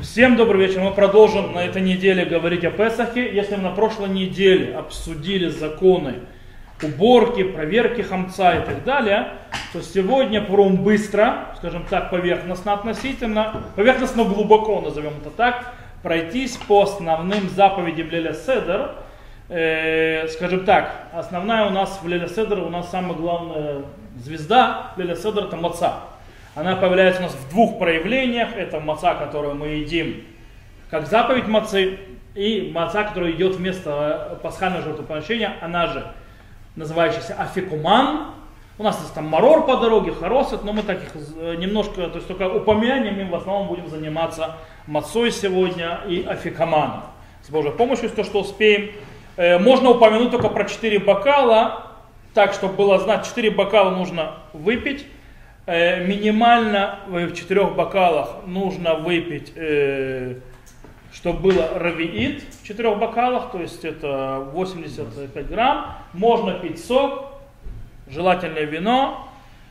Всем добрый вечер. Мы продолжим на этой неделе говорить о Песахе. Если мы на прошлой неделе обсудили законы уборки, проверки хамца и так далее, то сегодня попробуем быстро, скажем так, поверхностно относительно, поверхностно глубоко, назовем это так, пройтись по основным заповедям Лейля Седер. Скажем так, основная у нас в Лейля Седер, у нас самая главная звезда Лейля Седер — это маца. Она появляется у нас в двух проявлениях. Это маца, которую мы едим как заповедь мацы, и маца, которая идет вместо пасхального жертвоприношения, она же называющаяся афикуман. У нас есть там марор по дороге, харосет, но мы так их немножко, то есть только упомянем, и в основном будем заниматься мацой сегодня и афикуманом. С Божьей помощью, то, что успеем. Можно упомянуть только про 4 бокала, так, чтобы было знать, 4 бокала нужно выпить. Минимально в 4 бокалах нужно выпить, чтобы было равиит в 4 бокалах, то есть это 85 грамм. Можно пить сок, желательно вино,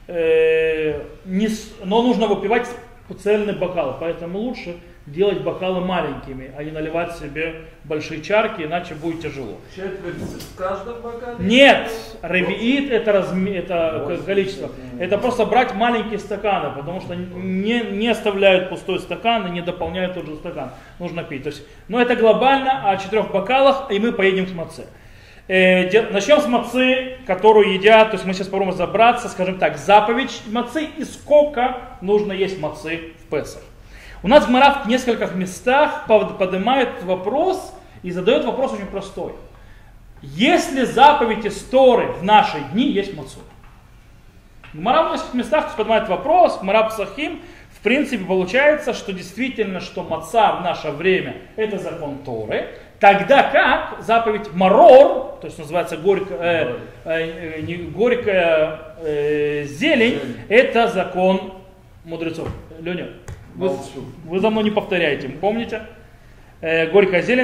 но нужно выпивать цельный бокал, поэтому лучше делать бокалы маленькими, а не наливать себе большие чарки, иначе будет тяжело. Четверть в каждом бокале? Нет, равиит это количество. Это просто брать маленькие стаканы, потому что не оставляют пустой стакан и не дополняют тот же стакан. Нужно пить. То есть, но это глобально о 4 бокалах, и мы поедем к маце. Начнем с мацы, которую едят, то есть мы сейчас попробуем разобраться, скажем так, заповедь мацы и сколько нужно есть мацы в Песах. У нас Гмара в нескольких местах поднимает вопрос и задает вопрос очень простой. Есть ли заповедь из Торы в наши дни есть мацу? Гмара в нескольких местах поднимает вопрос, Гмара Псахим, в принципе получается, что действительно, что маца в наше время это закон Торы, тогда как заповедь марор, то есть называется горькая зелень, это закон мудрецов. Леня, вы за мной не повторяете, помните? Горькая зелень,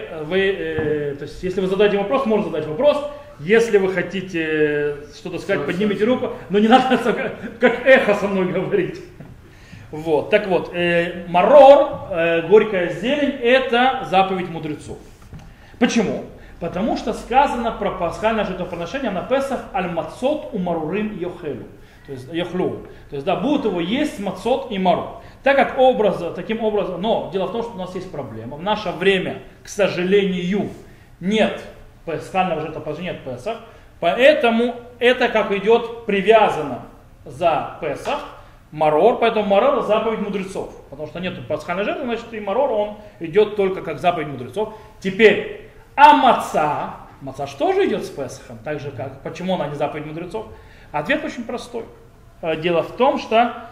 то есть если вы задаете вопрос, можно задать вопрос. Если вы хотите что-то сказать, поднимите руку, но не надо как эхо со мной говорить. Вот, так вот, марор, горькая зелень, это заповедь мудрецов. Почему? Потому что сказано про пасхальное жертвоприношение на Песах аль-мацот у марурим йохелю. То есть йохлю. То есть да, будут его есть мацот и марур. Так как таким образом, но дело в том, что у нас есть проблема. В наше время, к сожалению, нет пасхального жертвоприношения от Песах, поэтому это как идет привязано за Песах, марор, поэтому марор заповедь мудрецов. Потому что нет пасхальной жертвы, значит и марор он идет только как заповедь мудрецов. Теперь, а маца что же идет с Песахом? Так же как, почему она не заповедь мудрецов? Ответ очень простой. Дело в том, что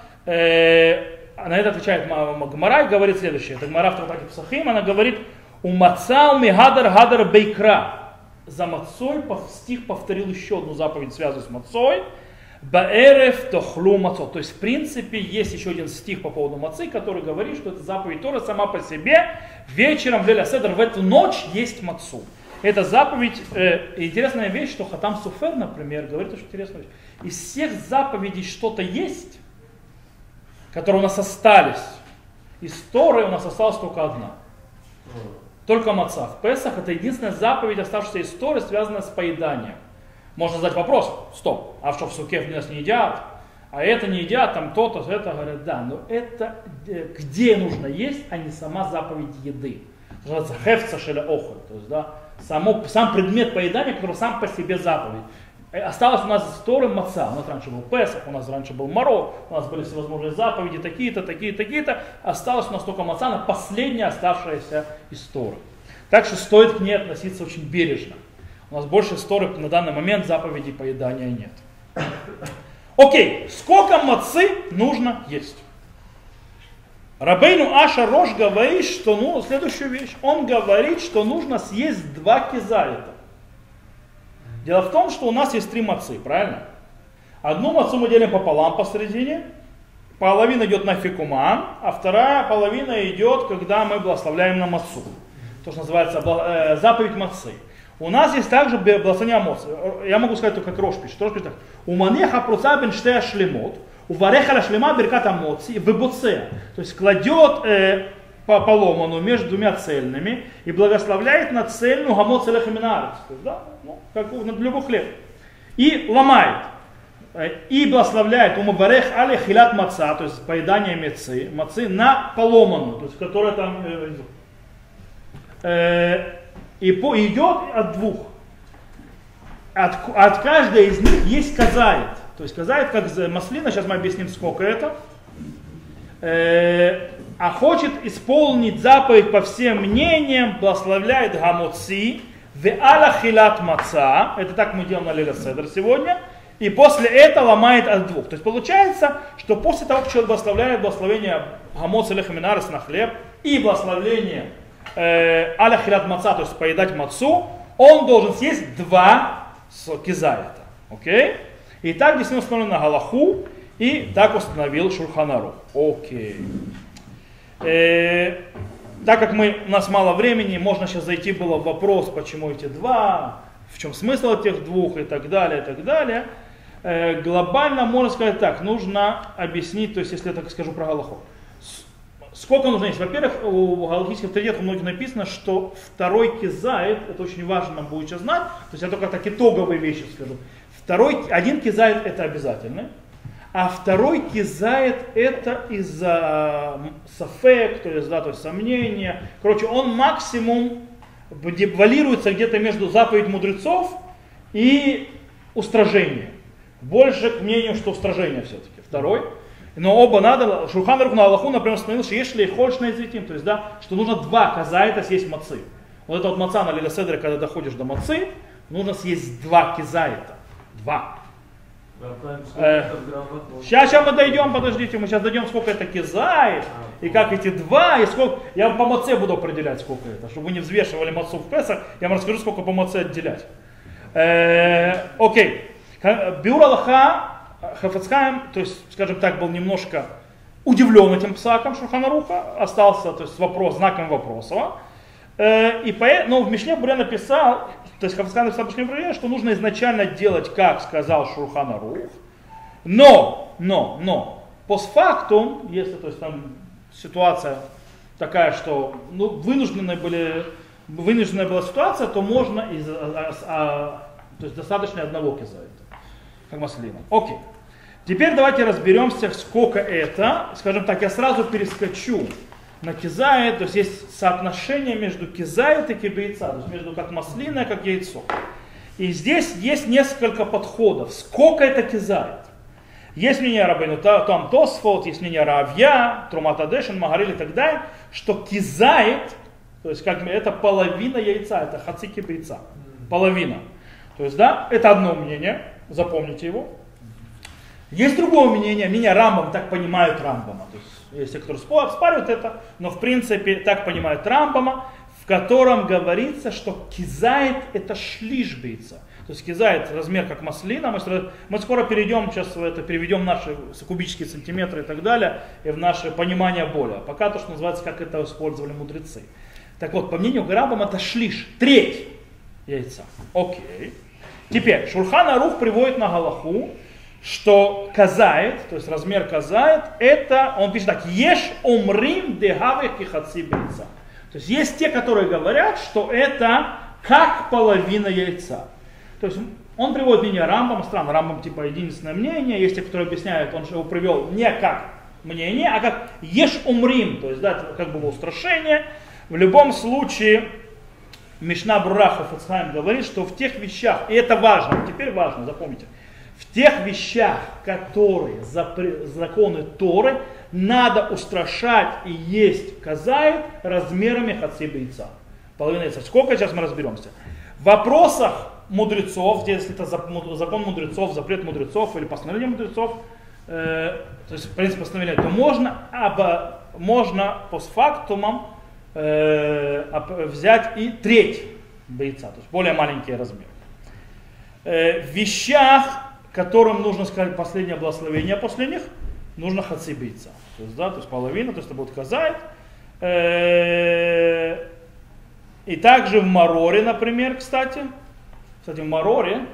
на это отвечает Гмара и говорит следующее. Это Гмара в Трактате Псахим, она говорит: у маца хадар бейкра. За мацой стих повторил еще одну заповедь, связанную с мацой. Баэрев тохлу мацо. То есть, в принципе, есть еще один стих по поводу мацы, который говорит, что это заповедь Тора сама по себе. Вечером в Лейля Седер в эту ночь есть мацу. Это заповедь, интересная вещь, что Хатам Суфер, например, говорит очень интересную вещь. Из всех заповедей что-то есть, которые у нас остались. Из Торы у нас осталась только одна. Только маца. В Песах это единственная заповедь, оставшаяся из Торы, связанная с поеданием. Можно задать вопрос: стоп, а что в суке в нас не едят? А это не едят, там то-то, это, говорят, да, но это где нужно есть, а не сама заповедь еды. Называется хефца шеля охоль, то есть да, сам предмет поедания, который сам по себе заповедь. Осталось у нас из Торы маца. У нас раньше был Песах, у нас раньше был марор, у нас были всевозможные заповеди, такие-то, такие-то. Осталось у нас только маца, она последняя оставшаяся из Торы. Так что стоит к ней относиться очень бережно. У нас больше из Торы на данный момент заповедей поедания нет. Окей, сколько мацы нужно есть? Рабейну Аша Рош говорит, что следующую вещь. Он говорит, что нужно съесть 2 кизарита. Дело в том, что у нас есть 3 мацы, правильно? Одну мацу мы делим пополам посередине, половина идет на фикуман, а вторая половина идет, когда мы благословляем на мацу. То, что называется заповедь мацы. У нас есть также благословение моцы. Я могу сказать только как Рош пишет. Рош пишет так: уманеха пруца бен штея шлемот, увареха ла шлема берката моци в боце. То есть кладет поломанную между двумя цельными и благословляет на цельную гамот целех минарец, да, ну, как на любой хлеб, и ломает, и благословляет умабарех але хилат маца, то есть поедание мацы на поломанную, то есть которая там и идет от двух. От каждой из них есть казаит. То есть казаит как маслина, сейчас мы объясним, сколько это. А хочет исполнить заповедь по всем мнениям, благословляет гамоци, ве'ала хилат маца, это так мы делаем на Лейла Седер сегодня, и после этого ломает от двух. То есть получается, что после того, как человек благословляет благословение гамоци лехаминарес на хлеб и благословение аля хилат маца, то есть поедать мацу, он должен съесть 2 кизаита. Окей? И так действительно установлено на Галаху, и так установил Шулхан Арух. Окей. Так как у нас мало времени, можно сейчас зайти было в вопрос, почему эти 2, в чем смысл этих 2 и так далее, и так далее. Глобально можно сказать так, нужно объяснить, то есть если я так скажу про Галаху. Сколько нужно есть? Во-первых, у галахических авторитетов у многих написано, что второй кизаит, это очень важно, нам будет сейчас знать, то есть я только так итоговые вещи скажу. Один кизаит это обязательно, а второй кизаит это из-за сафек, то есть сомнения. Короче, он максимум валируется где-то между заповедь мудрецов и устражение. Больше к мнению, что устражение все-таки. Второй. Но оба надо, Шулхан Арух на Аллаху, например, установил, что если хочешь на извитим, то есть, да, что нужно 2 казаита съесть мацы. Вот это вот маца на Лейла Седере, когда доходишь до мацы, нужно съесть 2 кизаита. 2. Сейчас мы дойдем, подождите, мы сейчас дойдем, сколько это кизаит, и как эти 2, и сколько, я вам по маце буду определять, сколько это, чтобы вы не взвешивали мацу в Песах, я вам расскажу, сколько по маце отделять. Окей. Биур Аллаха, Хафец Хаим, то есть, скажем так, был немножко удивлен этим псаком Шулхан Аруха, остался, то есть, вопрос, знаком вопроса. Но в Мишне Буре написал, то есть Хафец Хаим написал в Мишне Буре, что нужно изначально делать, как сказал Шулхан Арух, но, постфактум, если, то есть, там ситуация такая, что вынужденная была ситуация, то можно, то есть, достаточно одного кизаита. Как маслина. Окей. Теперь давайте разберемся, сколько это. Скажем так, я сразу перескочу на кизаит. То есть есть соотношение между кизаит и кибейца. То есть между как маслина, как яйцо. И здесь есть несколько подходов. Сколько это кизаит? Есть мнение Рабейну там Тосфот, есть мнение Равья, Трумат Адешин, Магариль и так далее, что кизаит, то есть как это половина яйца, это хаци кибейца. Половина. То есть, да, это одно мнение. Запомните его. Есть другое мнение Рамбам, так понимают Рамбама. То есть, есть те, которые спаривают это, но в принципе так понимают Рамбама, в котором говорится, что кизаит это шлиш бейца. То есть кизаит размер как маслина. Мы скоро перейдем, сейчас переведем наши кубические сантиметры и так далее, и в наше понимание более. Пока то, что называется, как это использовали мудрецы. Так вот, по мнению Рамбама это шлиш, треть яйца. Окей. Теперь, Шулхан Арух приводит на Галаху, что казаит, то есть размер казаит, это, он пишет так, еш омрим дегаве кихаци бейца. То есть есть те, которые говорят, что это как половина яйца. То есть он приводит мнение Рамбама, странно, Рамбам типа единственное мнение, есть те, которые объясняют, он же его привел не как мнение, а как еш омрим, то есть да, это как бы устрашение. В любом случае, Мишна Бура Хафец Хаим говорит, что в тех вещах, и это важно, теперь важно, запомните, в тех вещах, которые законы Торы, надо устрашать и есть казаит размерами хаци бейца. Половина яйца. Сколько, сейчас мы разберемся. В вопросах мудрецов, если это закон мудрецов, запрет мудрецов или постановление мудрецов, то есть в принципе постановление, то можно постфактумом взять и треть бейца, то есть более маленький размер. В вещах, которым нужно сказать последнее благословение после них, нужно хаци бейца. То есть, да, то есть половина, то есть это будет казаит. И также в Мароре, например, кстати, в Мароре,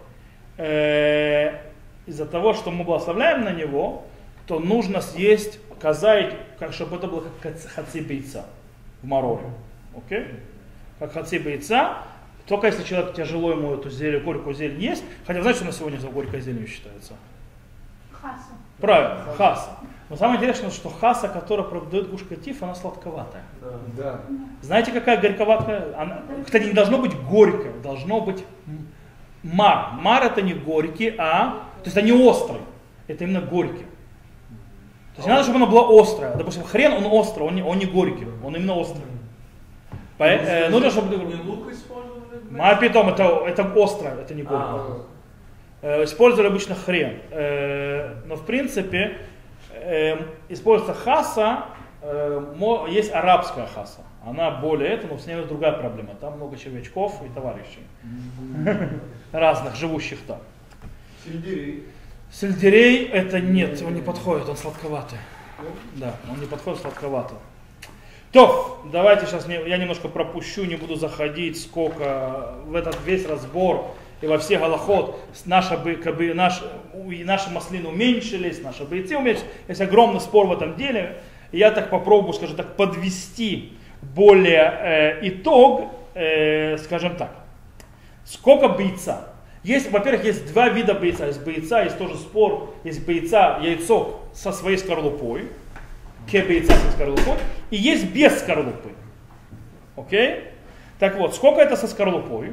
из-за того, что мы благословляем на него, то нужно съесть казаить, как, чтобы это было как хаци бейца в мароре. Окей? Как хаци бейца, только если человек тяжело ему эту зелень, горькую зелень есть, хотя знаете, что на сегодня за горькой зеленью считается? Хаса. Правильно, хаса. Но самое интересное, что хаса, которая продает гуш-катиф, она сладковатая. Да. Знаете, какая горьковатая? Она, кстати, не должно быть горькое, должно быть мар. Мар это не горький, то есть это не острый, это именно горький. То есть не надо, чтобы оно было острое. Допустим, хрен, он острый, он не горький, он именно острый. Нужно, чтобы... Не лук использовали? Питом, это острое, это не горькое. Использовали обычно хрен. Но в принципе, используется хаса, есть арабская хаса. Она более но с ней другая проблема. Там много червячков и товарищей. Разных, живущих там. Сельдерей. Сельдерей это нет, он не подходит, он сладковатый. Да, он не подходит, сладковатый. То, давайте сейчас я немножко пропущу, не буду заходить, сколько в этот весь разбор и во все галахот наши маслины уменьшились, наши бойцы уменьшились. Есть огромный спор в этом деле. И я так попробую, скажем так, подвести более итог, скажем так. Сколько бойца? Во-первых, есть два вида бойца. Есть бойца, есть тоже спор. Есть бойца, яйцо со своей скорлупой. Яйца со скорлупой. И есть без скорлупы. Окей? Так вот, сколько это со скорлупой?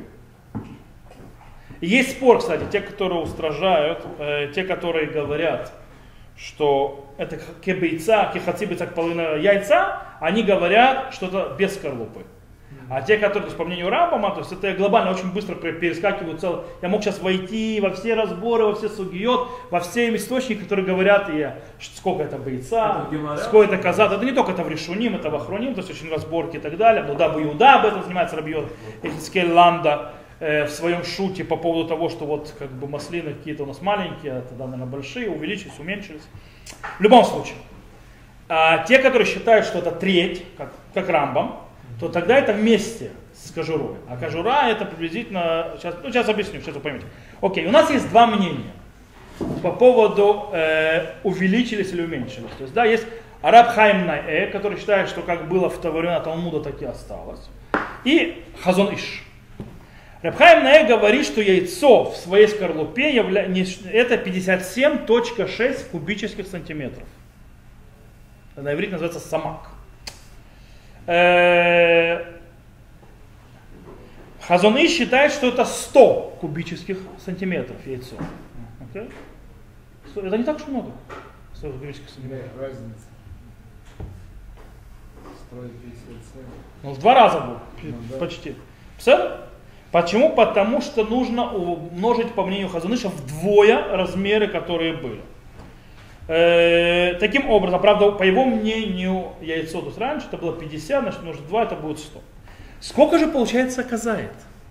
Есть спор, кстати, те, которые устражают, те, которые говорят, что это кебейца, кехацибейца, половина яйца, они говорят, что это без скорлупы. А те, которые, по мнению Рамбама, то есть это глобально очень быстро перескакивают целое. Я мог сейчас войти во все разборы, во все сугиот, во все источники, которые говорят, сколько это бойца, сколько это казат. Это не только это в Решуним, это в Ахроним, то есть очень разборки и так далее. Но Даба Иуда об этом занимается, Рабьот Эхискель Ланда в своем шуте по поводу того, что вот как бы маслины какие-то у нас маленькие, а тогда, наверное, большие, увеличились, уменьшились. В любом случае, те, которые считают, что это треть, как Рамбам, то тогда это вместе с кожурой. А кожура это приблизительно, сейчас объясню, сейчас вы поймете. Окей, у нас есть два мнения по поводу увеличились или уменьшились. То есть, да, есть Раб Хаим Наэ, который считает, что как было в то время Талмуда, так и осталось. И Хазон Иш. Раб Хаим Наэ говорит, что яйцо в своей скорлупе это 57,6 кубических сантиметров. На иврите называется самак. Хазон Иш считает, что это 100 кубических сантиметров яйцо. Okay? Это не так уж много. 100 кубических сантиметров. Разница. 157. В 2 раза будет. Почти. Все? Почему? Потому что нужно умножить, по мнению Хазон Иша, вдвое размеры, которые были. Таким образом, правда, по его мнению, яйцо тут раньше, это было 50, значит, умножить 2, это будет 100. Сколько же получается казает?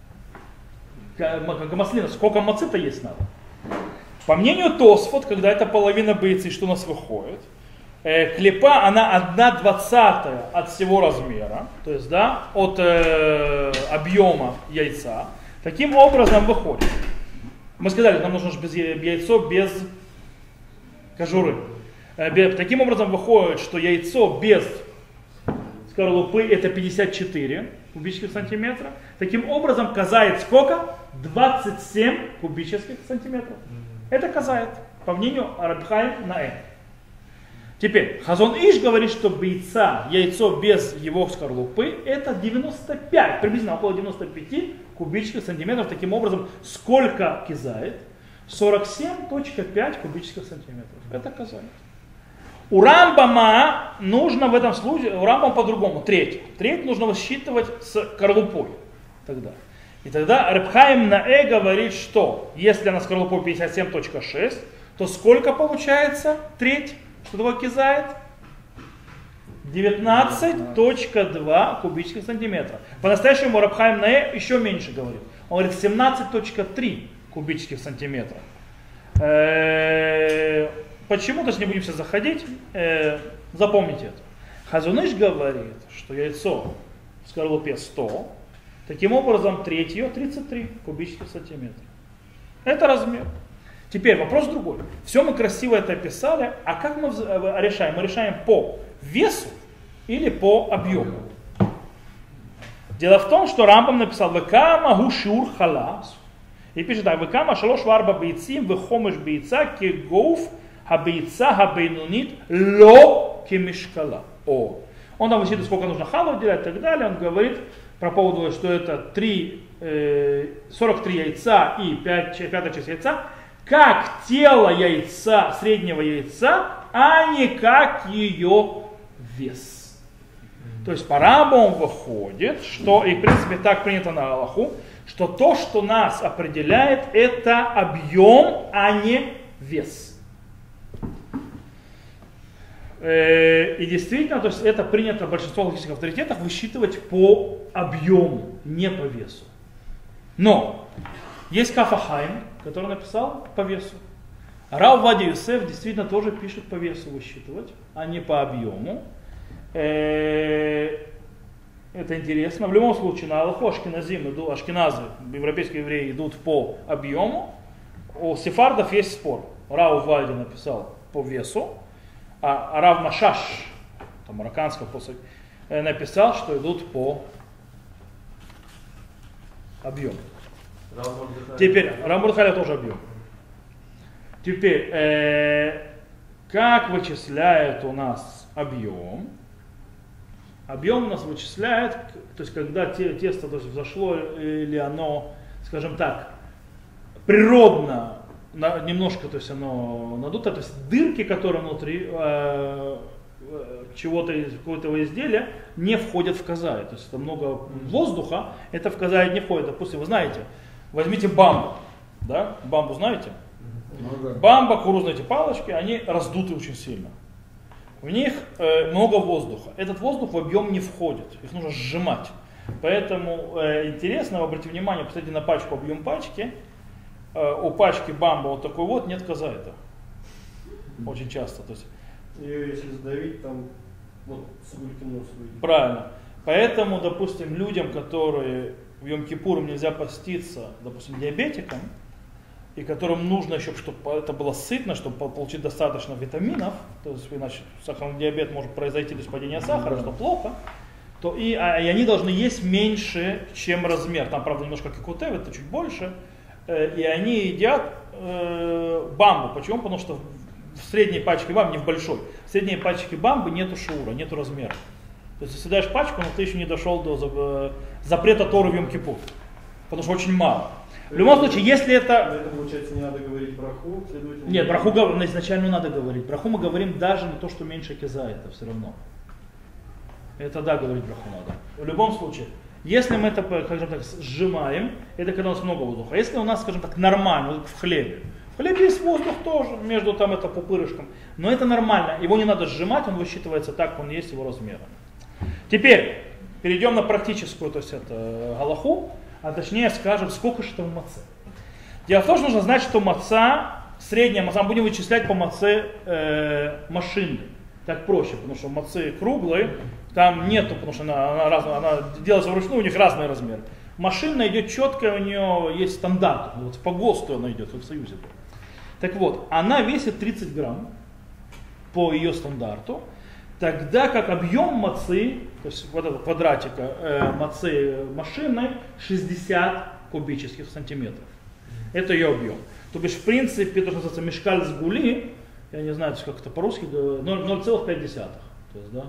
Маслина, сколько мацита есть надо? По мнению Тосфот, когда это половина бойцы, что у нас выходит, клепа, она 1/20 от всего размера, то есть, да, от объема яйца. Таким образом выходит. Мы сказали, нам нужно яйцо без кожуры. Таким образом выходит, что яйцо без скорлупы это 54 кубических сантиметра. Таким образом казает сколько? 27 кубических сантиметров. Это казает, по мнению Раб Хаим Наэ. Теперь, Хазон Иш говорит, что яйцо без его скорлупы это 95, приблизительно около 95 кубических сантиметров. Таким образом, сколько кизает? 47,5 кубических сантиметров. Это казает. У Рамбама нужно в этом случае, у Рамбама по-другому, треть. Треть нужно высчитывать с скорлупой. И тогда Раб Хаим Наэ говорит, что если она скорлупой 57,6, то сколько получается треть? Что такое кизает? 19,2 кубических сантиметра. По-настоящему Раб Хаим Наэ еще меньше говорит. Он говорит 17,3 кубических сантиметров. Почему, то есть не будем сейчас заходить, запомните это. Хазон Иш говорит, что яйцо в скорлупе 100, таким образом треть ее 33 кубических сантиметра. Это размер. Теперь вопрос другой. Все мы красиво это описали, а как мы решаем? Мы решаем по весу или по объему? Дело в том, что Рамбам написал «Векама гушур халас». И пишет так: «Векама шалош варба бейцим вехомеш бейца кегоуф хабейца хабейнунит ло кемишкала». Он там высчитывает, сколько нужно халу делать и так далее. Он говорит про поводу, что это 43 яйца и 5 часть яйца, как тело яйца, среднего яйца, а не как ее вес. То есть по Рамбаму выходит, что, и в принципе так принято на Аллаху, что то, что нас определяет, это объем, а не вес. И действительно, то есть это принято большинство логических авторитетов высчитывать по объему, не по весу. Но есть Каф ха-Хаим, который написал по весу. Рав Овадия Йосеф действительно тоже пишет по весу высчитывать, а не по объему. Это интересно. В любом случае на Аллаху ашкеназы, европейские евреи идут по объему. У сефардов есть спор. Рав Овадия написал по весу, а Рав Машаш, там марокканского посол, написал, что идут по объему. Теперь, Рав Мордехай тоже объем. Теперь, как вычисляет у нас объем? Объем у нас вычисляет, то есть когда тесто то есть, взошло или оно, скажем так, природно немножко, то есть оно надуто, то есть дырки, которые внутри чего-то, какого-то изделия, не входят в казай. То есть это много воздуха, это в казай не входит. Допустим, вы знаете, возьмите бамбу, да? Бамбу знаете? Бамба, кукурузные эти палочки, они раздуты очень сильно. В них много воздуха. Этот воздух в объем не входит, их нужно сжимать. Поэтому интересно, обратите внимание, посмотрите на пачку, объем пачки. У пачки бамба вот такой вот, нет казайта. Очень часто. То есть, ее если сдавить, там вот сколько нос выйдет. Правильно. Поэтому, допустим, людям, которые в Йом-Кипур нельзя поститься, допустим, диабетикам, и которым нужно еще, чтобы это было сытно, чтобы получить достаточно витаминов, то есть иначе сахарный диабет может произойти, то есть падение сахара, что плохо, то и они должны есть меньше, чем размер. Там, правда, немножко кикутев, это чуть больше. И они едят бамбу. Почему? Потому что в средней пачке бамбы, не в большой, в средней пачке бамбы нету шиура, нету размера. То есть, если даешь пачку, но ты еще не дошел до запрета Торы в Йом-Кипур. Потому что очень мало. В любом случае, если это... Получается, не надо говорить браху, следовательно... Нет, браху изначально надо говорить. Браху мы говорим даже на то, что меньше киза, это все равно. Это да, говорить браху надо. В любом случае, если мы это, скажем так, сжимаем, это когда у нас много воздуха. Если у нас, скажем так, нормально, вот в хлебе. В хлебе есть воздух тоже, между там это пупырышком. Но это нормально, его не надо сжимать, он высчитывается так, он есть его размером. Теперь, перейдем на практическую, то есть это галаху. А точнее скажем, сколько же это в маце. Дело в том, что нужно знать, что маца, средняя маца, мы будем вычислять по маце машинной. Так проще, потому что мацы круглые, там нету, потому что она делается вручную, у них разный размер. Машинная идет четко, у нее есть стандарт, вот по ГОСТу она идет, в Союзе. Так вот, она весит 30 грамм по ее стандарту. Тогда как объем мацы, то есть вот этого квадратика мацы машинной 60 кубических сантиметров. Это ее объем. То бишь, в принципе, то, что называется мешкаль сгули, я не знаю, как это по-русски, 0,5. То есть, да,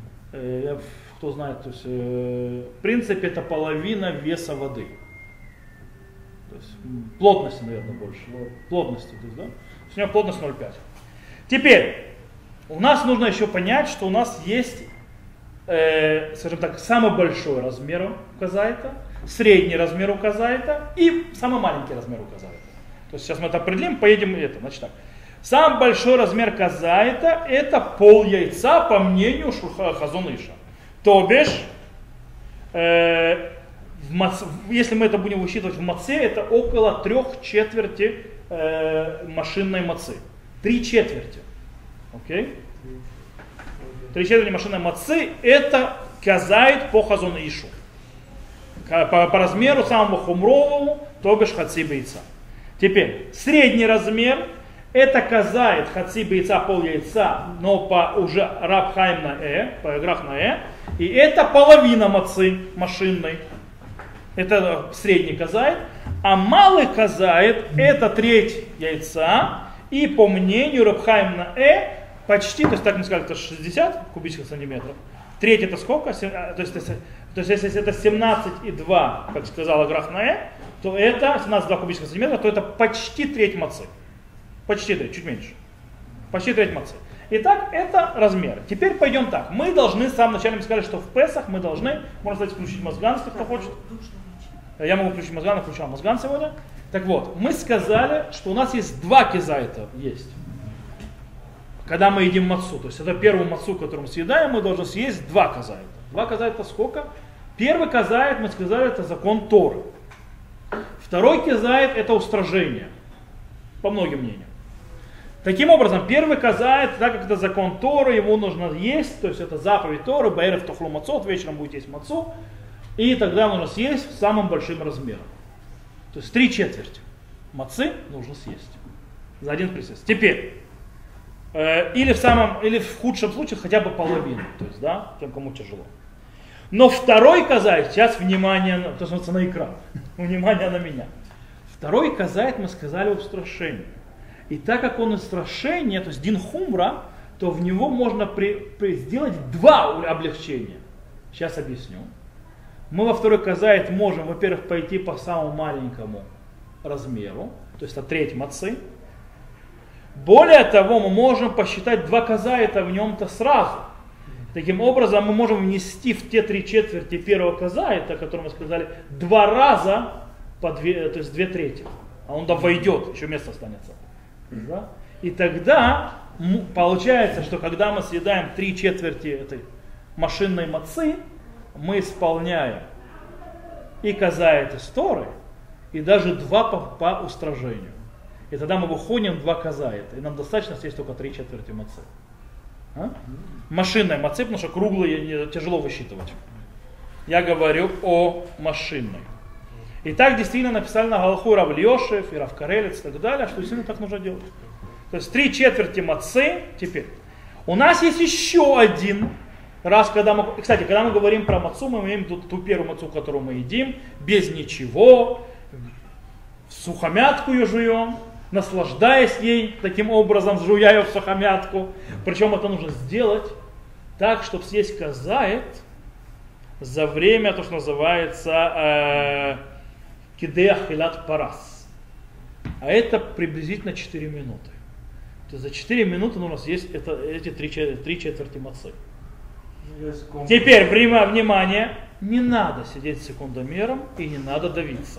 кто знает, то есть, в принципе, это половина веса воды. То есть, плотности, наверное, больше. Плотности, то есть, да? У нее плотность 0,5. Теперь, у нас нужно еще понять, что у нас есть, скажем так, самый большой размер у казайта, средний размер у казайта и самый маленький размер у казайта. То есть сейчас мы это определим, поедем это. Значит так. Самый большой размер казайта это пол яйца, по мнению Хазон Иша. То бишь, если мы это будем высчитывать в маце, это около 3/4 машинной мацы. 3/4. Окей? 3/4 машины мацы это казайт по Хазон Ишу. По размеру самого хумровому, то бишь хаци бейца. Теперь, средний размер, это казает хациб яйца, пол яйца, но по уже Рав Хаим на по граф на и это половина мацы машинной. Это средний казает. А малый казает это треть яйца. И по мнению Рав Хаим на почти, то есть так мы сказали, это 60 кубических сантиметров. Треть это сколько? То есть если это 17,2, как сказала граф на то это 17,2 кубических сантиметра, то это почти треть мацы. Почти треть, чуть меньше. Почти треть мацы. Итак, это размеры. Теперь пойдем так. Мы должны, в самом начале мы сказали, что в Песах мы должны, можно сказать, включить мозган, если кто хочет. Я могу включить мозган, я включал мозган сегодня. Так вот, мы сказали, что у нас есть два кизайта есть. Когда мы едим мацу. То есть это первую мацу, которую мы съедаем, мы должны съесть два казайта. Два казайта сколько? Первый казайт, мы сказали, это закон Торы. Второй кизайт это устражение. По многим мнениям. Таким образом, первый казает, так как это закон Торы, ему нужно есть, то есть это заповедь Торы, баэрев тохлу мацот, вечером будет есть мацу, и тогда нужно съесть самым большим размером. То есть 3/4 мацы нужно съесть за один присест. Теперь, или в худшем случае хотя бы половину, то есть, да, тем, кому тяжело. Но второй казает, сейчас внимание, то есть на экран, внимание на меня. Второй казает, мы сказали, устрашение. И так как он устрашение, то есть дин хумра, то в него можно сделать два облегчения. Сейчас объясню. Мы во второй казает можем, во-первых, пойти по самому маленькому размеру, то есть это треть мацы. Более того, мы можем посчитать два казаита в нем-то сразу. Таким образом, мы можем внести в те 3/4 первого казаита, о котором мы сказали, два раза, то есть 2/3. А он да войдет, еще место останется. Да? И тогда получается, что когда мы съедаем 3/4 этой машинной мацы, мы исполняем и казаит из Торы, и даже два по устражению. И тогда мы выходим два казаита, и нам достаточно съесть только 3/4 мацы. А? Машинной мацы, потому что круглые тяжело высчитывать. Я говорю о машинной. И так действительно написали на Галаху Рав Льошев и Рав Карелец и так далее, что действительно так нужно делать. То есть 3/4 мацы. Теперь у нас есть еще один раз, когда мы говорим про мацу, мы имеем ту первую мацу, которую мы едим, без ничего, в сухомятку ее жуем, наслаждаясь ей, таким образом жуя ее в сухомятку. Причем это нужно сделать так, чтобы съесть казаит за время, то, что называется кидеах хилат парас. А это приблизительно 4 минуты. То есть за 4 минуты у нас есть эти 3/4 мацы. Теперь, внимание, не надо сидеть с секундомером и не надо давиться.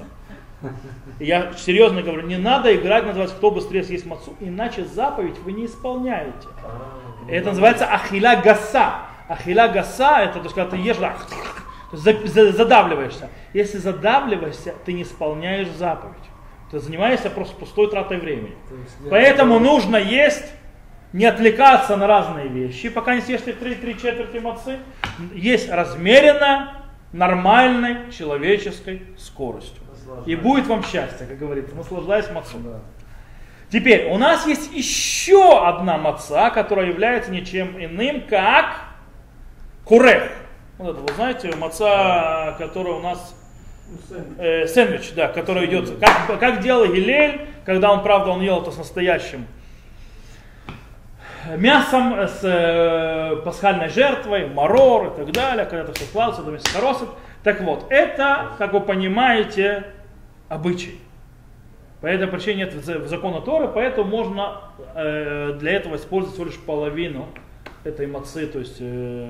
Я серьезно говорю, не надо играть, называется, кто быстрее съест мацу, иначе заповедь вы не исполняете. Это называется ахиля гаса. Ахиля гаса, это то есть, когда ты ешь, задавливаешься. Если задавливаешься, ты не исполняешь заповедь. Ты занимаешься просто пустой тратой времени. Поэтому нужно есть, не отвлекаться на разные вещи, пока не съешь 3/4 мацы. Есть размеренно, нормальной человеческой скоростью. И будет вам счастье, как говорится, наслаждаясь мацу. Теперь, у нас есть еще одна маца, которая является ничем иным, как курех. Вот это, вы знаете, маца, которая у нас сэндвич, да, который идет, как делал Гилель, когда он, правда, он ел это с настоящим мясом, с пасхальной жертвой, марор и так далее, когда это все складывается до мясокоросок. Так вот, это, как вы понимаете, обычай. По этой причине нет закона Торы, поэтому можно для этого использовать всего лишь половину этой мацы, то есть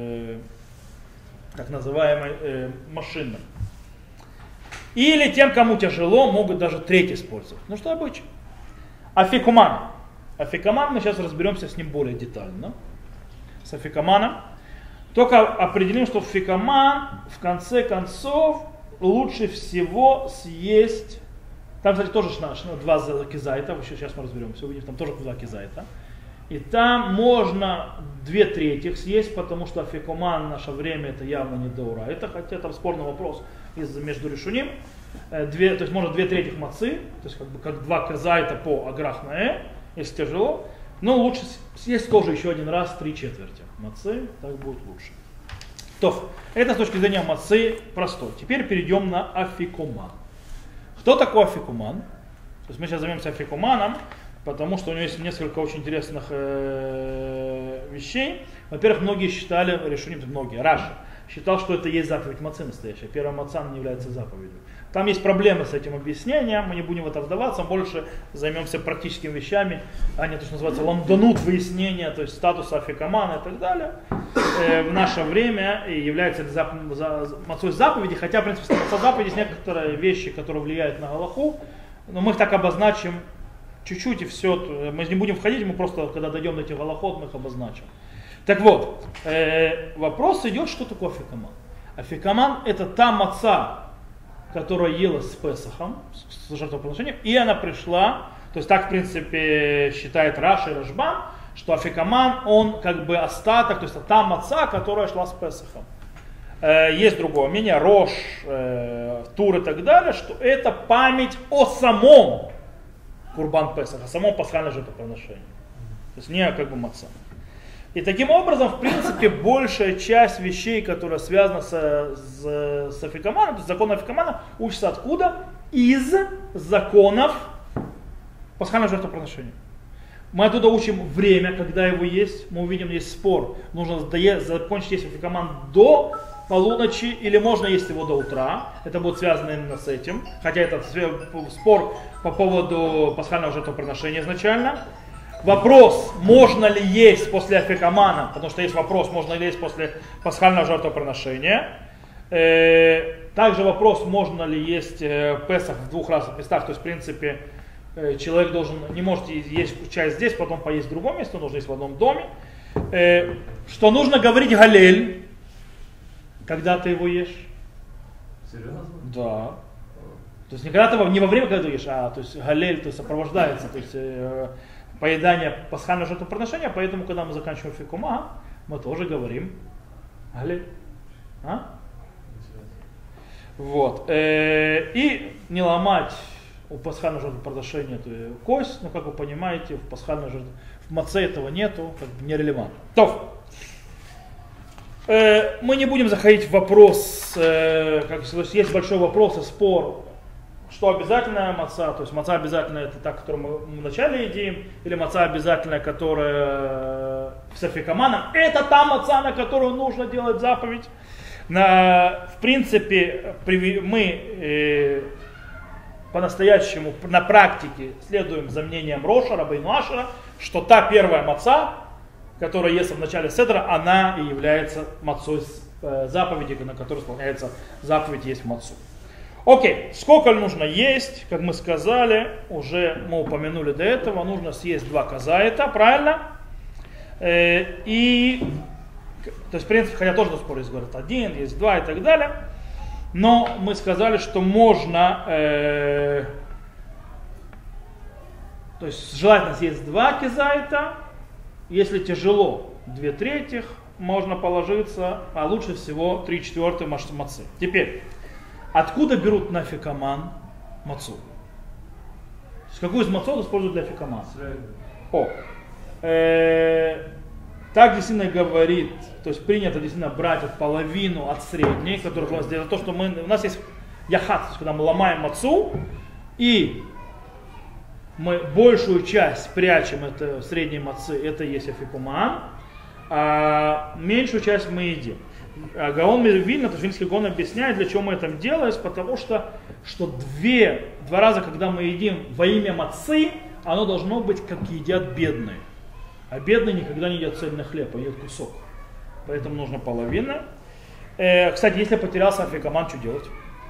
так называемой машинной. Или тем, кому тяжело, могут даже треть использовать. Ну что обычай. Афикуман. Афикаман, мы сейчас разберемся с ним более детально. С афикаманом. Только определим, что афикаман в конце концов лучше всего съесть. Там, кстати, тоже два кизайта, сейчас мы разберемся, увидим, там тоже два кизайта. И там можно 2/3 съесть, потому что афикоман в наше время это явно не даура. Это хотя там спорный вопрос между решуним. То есть можно 2/3 мацы, то есть как 2 казайта по аграх на если тяжело. Но лучше съесть тоже еще один раз 3/4 мацы, так будет лучше. То, это с точки зрения мацы простой. Теперь перейдем на афикоман. Кто такой афикоман? То есть мы сейчас займемся афикоманом, потому что у него есть несколько очень интересных вещей. Во-первых, многие считали, решили многие, Раши считал, что это есть заповедь мацы настоящая. Первая маца не является заповедью. Там есть проблемы с этим объяснением, мы не будем в это вдаваться, больше займемся практическими вещами, они то, что называется ламданут, выяснение, то есть статуса афикомана и так далее. В наше время является мацой заповеди, хотя, в принципе, маца заповеди есть некоторые вещи, которые влияют на галаху, но мы их так обозначим чуть-чуть и все, мы не будем входить, мы просто, когда дойдем до этих галахот, мы их обозначим. Так вот, вопрос идет, что такое афикоман. Афикоман это та маца, которая елась с Песахом, с жертвоприношением, и она пришла, то есть так в принципе считает Раши и Рашбам, что афикоман он как бы остаток, то есть это та маца, которая шла с Песахом. Есть другое мнение, Рош, Тур и так далее, что это память о самом Курбан Песах, о самом пасхальном жертвоприношении. То есть не как бы маца. И таким образом, в принципе, большая часть вещей, которые связаны с афикоманом, то есть законом афикомана, учатся откуда? Из законов пасхального жертвоприношения. Мы оттуда учим время, когда его есть. Мы увидим, есть спор. Нужно закончить есть афикоман до полуночи или можно есть его до утра. Это будет связано именно с этим. Хотя это спор по поводу пасхального жертвоприношения изначально. Вопрос, можно ли есть после афикомана, потому что есть вопрос, можно ли есть после пасхального жертвоприношения. Также вопрос, можно ли есть Песах в 2 разных местах, то есть в принципе человек не может есть часть здесь, потом поесть в другом месте, он должен есть в одном доме. Что нужно говорить галель, когда ты его ешь. Серьезно? Да. То есть не во время, когда ты ешь, а то есть галель, то есть сопровождается, то есть поедание пасхального жертвоприношения, поэтому, когда мы заканчиваем афикоман, мы тоже говорим галель. Вот. И не ломать у пасхального жертвоприношения кость, но как вы понимаете, в маце этого нету, как бы нерелевантно. То. Мы не будем заходить в вопрос, есть большой вопрос и спор, что обязательная маца, то есть маца обязательная это та, которую мы вначале едим, или маца обязательная, которая с афикоманом, это та маца, на которую нужно делать заповедь. В принципе, мы по-настоящему на практике следуем за мнением Роша, Рабейну Ашера, что та первая маца, которая ест в начале седра, она и является мацой заповеди, на которой исполняется заповедь есть мацу. Окей, сколько нужно есть, как мы сказали, уже мы упомянули до этого, нужно съесть 2 казаита, правильно? И, то есть, в принципе, хотя тоже до спора есть, говорят, 1, есть 2 и так далее, но мы сказали, что можно, то есть, желательно съесть 2 казаита, если тяжело, 2/3 можно положиться, а лучше всего 3/4 мацы. Теперь, откуда берут на афикоман мацу? Какую из мацов используют для афикомана? Так действительно говорит, то есть принято действительно брать половину от средней, которую у нас делает то, что у нас есть яхат, то есть когда мы ломаем мацу, и мы большую часть прячем это средней мацы, это есть афикоман, а меньшую часть мы едим. Гаон Вильна, то есть Вильнский Гаон объясняет, для чего мы это делаем, потому что 2 раза, когда мы едим во имя мацы, оно должно быть, как едят бедные. А бедные никогда не едят цельный хлеб, а едят кусок. Поэтому нужно половина. Кстати, если потерялся афикоман, что делать?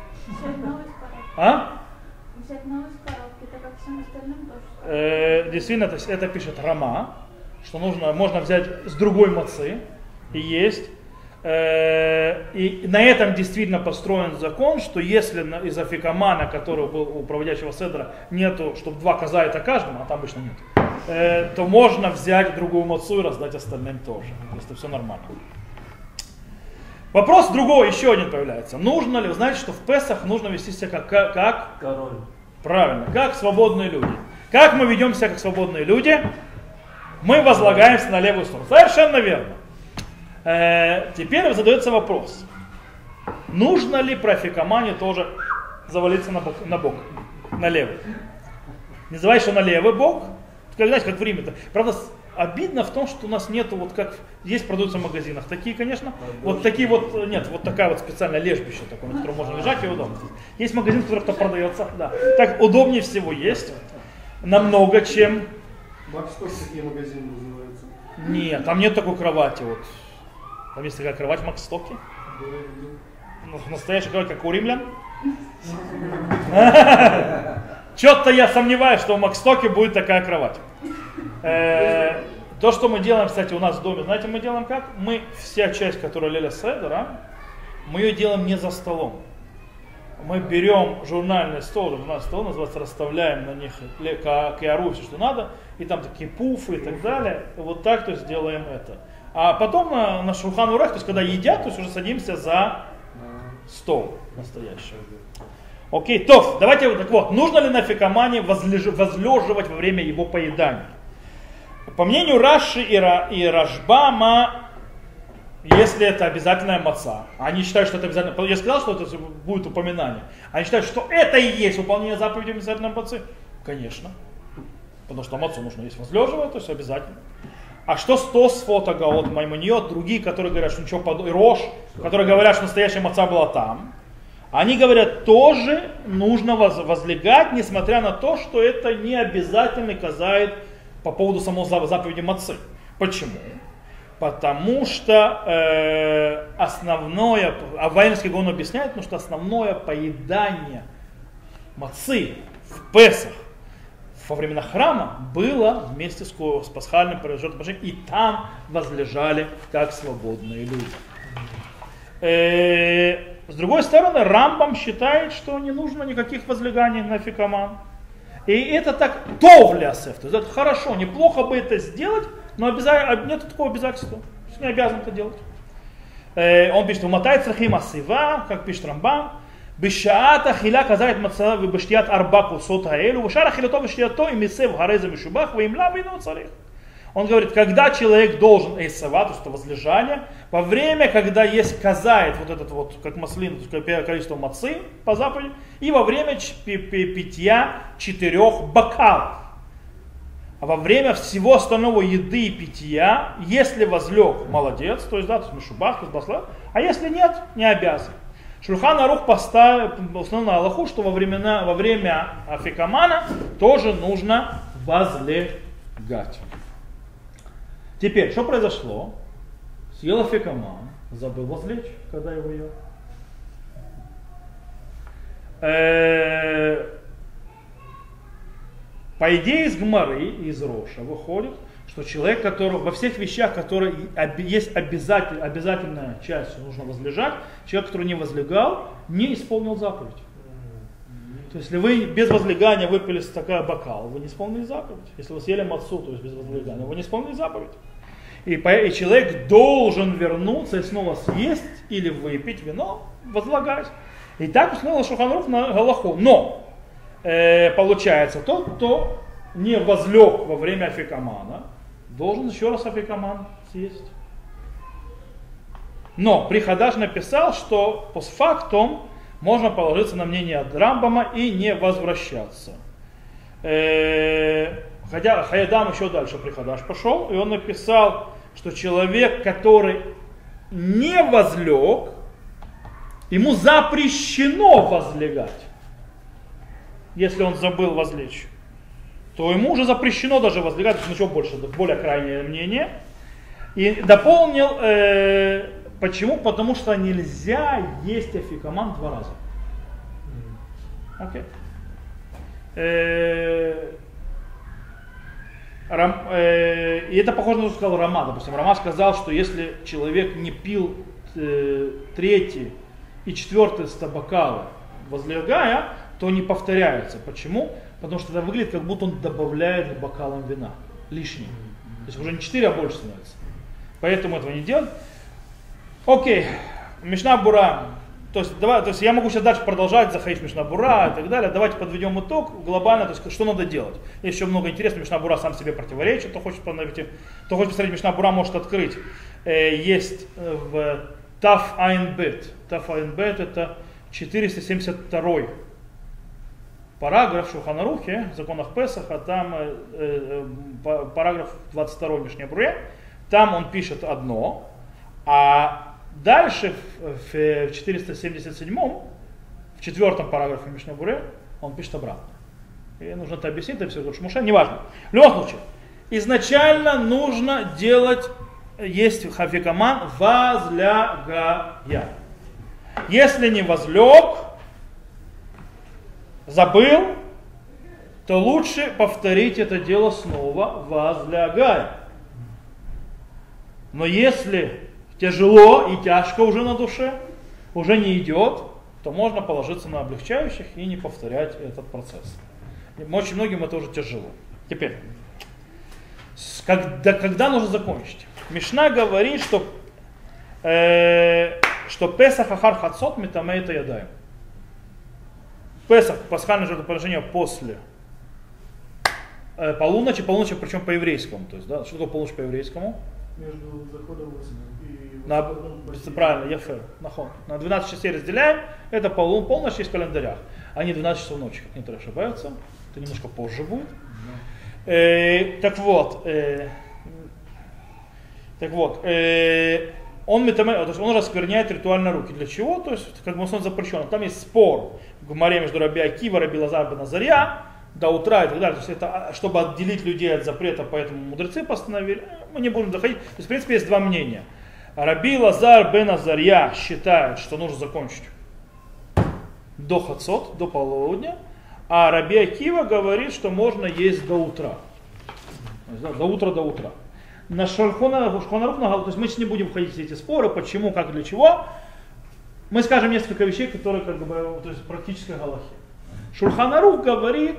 Действительно, то есть это пишет Рама, что можно взять с другой мацы и есть. И на этом действительно построен закон, что если из афикомана, который был у проводящего седра, нету, чтобы 2 казаита каждому, а там обычно нет, то можно взять другую мацу и раздать остальным тоже, если все нормально. Вопрос другой, еще один появляется. Нужно ли, вы знаете, что в Песах нужно вести себя как король. Правильно, как свободные люди. Как мы ведем себя как свободные люди? Мы возлагаемся на левую сторону. Совершенно верно. Теперь задается вопрос. Нужно ли при афикамане тоже завалиться на бок, на левый? Не забывай, что на левый бок, знаете, как в Риме-то. Правда, обидно в том, что у нас нету, вот как есть, продаются в магазинах. Такие, конечно, вот такие вот, нет, вот такая вот специальное лежбище такое, на котором можно лежать и удобно. Есть магазин, в котором это продается, да. Так удобнее всего есть, намного, чем... Максток такие магазины называются. Нет, там нет такой кровати вот. Там есть такая кровать в Макстоке. Ну, настоящая кровать, как у римлян. Что-то я сомневаюсь, что в Макстоке будет такая кровать. То, что мы делаем, кстати, у нас в доме, знаете, мы делаем как? Мы, вся часть, которая Леля Седера, мы ее делаем не за столом. Мы берем журнальный стол, журнальный стол называется, расставляем на них киару, все, что надо, и там такие пуфы и так далее. И вот так, то есть, делаем это. А потом на шулхан арух, то есть, когда едят, то есть, уже садимся за стол настоящий. Окей, то, давайте, так вот, нужно ли на афикамане возлеживать во время его поедания? По мнению Раши и Рашбама, если это обязательная маца, они считают, что это обязательно, я сказал, что это будет упоминание, они считают, что это и есть выполнение заповеди обязательной мацы, конечно, потому что мацу нужно есть возлеживать, то есть обязательно. А что с Тосфот, Агаот, Маймониот, другие, которые говорят, что ничего подобного, и Рош, которые говорят, что настоящая маца была там, они говорят, тоже нужно возлегать, несмотря на то, что это не обязательно казает по поводу самой заповеди мацы. Почему? Потому что основное, а Вайнерский Гаон объясняет, потому что основное поедание мацы в Песах во времена храма было вместе с пасхальным жертвоприношением, и там возлежали как свободные люди. С другой стороны, Рамбам считает, что не нужно никаких возлеганий на афикаман. И это так товлясев, то есть это хорошо, неплохо бы это сделать, но нет такого обязательства, не обязан это делать. Он пишет, умотает црахим асива, как пишет Рамбам, бешаат ахиля казает мацава вебештият арба кусот хаэлю, вешар ахилято вештиято и мисев гареза мишубах, ваимла вейну царих. Он говорит, когда человек должен эйсава, то есть это возлежание, во время, когда есть казает, вот этот вот, как маслин, количество мацы по заповеди, и во время питья 4 бокалов. А во время всего остального еды и питья, если возлег, молодец, то есть, да, то есть мишубах, то есть басла, а если нет, не обязан. Шульхан Арух установил на Аллаху, что во время афикамана тоже нужно возлегать. Теперь, что произошло? Съел афикаман, забыл возлечь, когда его ел. По идее из Гмары, из Роша выходит, что человек, который во всех вещах, которые есть обязательная часть, нужно возлежать, человек, который не возлегал, не исполнил заповедь. То есть, если вы без возлегания выпили стакан бокал, вы не исполнили заповедь. Если вы съели мацу, то есть без возлегания, вы не исполнили заповедь. И человек должен вернуться и снова съесть или выпить вино, возлагать. И так установил Шулхан Арух на галаху. Но получается, тот, кто не возлег во время афикамана, должен еще раз афикаман съесть. Но Прихадаш написал, что постфактум можно положиться на мнение Рамбама и не возвращаться. Хотя Хаядам еще дальше Прихадаш пошел, и он написал, что человек, который не возлег, ему запрещено возлегать. Если он забыл возлечь, то ему уже запрещено даже возлегать, еще больше, более крайнее мнение. И дополнил, почему? Потому что нельзя есть афикаман 2 раза. Okay. И это похоже на то, что сказал Рама. Допустим, Рама сказал, что если человек не пил 3 и 4 бокала возлегая, то не повторяется. Почему? Потому что это выглядит, как будто он добавляет к бокалам вина. лишний. То есть уже не 4, а больше становится. Поэтому этого не делать. Окей. Мишна Бура. То есть я могу сейчас дальше продолжать заходить в Мишна Бура и так далее. Давайте подведем итог глобально, то есть что надо делать. Есть еще много интересного. Мишна Бура сам себе противоречит. Кто хочет посмотреть Мишна Бура, может открыть. Есть в Таф Айн Бет. Таф Айн Бет это 472 параграф в Шулхан Арухе, в законах Песаха, там параграф 22 в Мишне Буре, там он пишет одно, а дальше в 477-м, в 4-м параграфе Мишне Буре, он пишет обратно. И нужно это объяснить, это все, потому что неважно. В любом случае, изначально нужно делать, есть хафикаман, возлягая. Если не возлег, забыл, то лучше повторить это дело снова, возлягая. Но если тяжело и тяжко уже на душе, уже не идет, то можно положиться на облегчающих и не повторять этот процесс. Очень многим это уже тяжело. Теперь, когда нужно закончить? Мишна говорит, что Песах ахар хацот митамей это ядаем. Песах, пасхальное жертвоприношение после полуночи причем по еврейскому. То есть, да, что такое полночь по еврейскому? Между заходом и восходом. Правильно, яфер, нахон. На 12 частей разделяем, это полночь есть в календарях, а не 12 часов ночи, как некоторые ошибаются. Это немножко позже будет. Так вот, он раскверняет ритуально руки. Для чего? То есть, как бы он запрещен. Там есть спор в Гемаре между Раби Акива, Раби Лазар бен Азарья до утра и так далее. То есть это чтобы отделить людей от запрета, поэтому мудрецы постановили. Мы не будем заходить. То есть, в принципе, есть два мнения. Раби Лазар бен Азарья считает, что нужно закончить до хацот, до полудня, а Раби Акива говорит, что можно есть до утра. До утра. На Шулхан Арух, то есть мы сейчас не будем входить в эти споры, почему, как, для чего. Мы скажем несколько вещей, которые как бы, то есть практической галахи. Шулхан Арух говорит,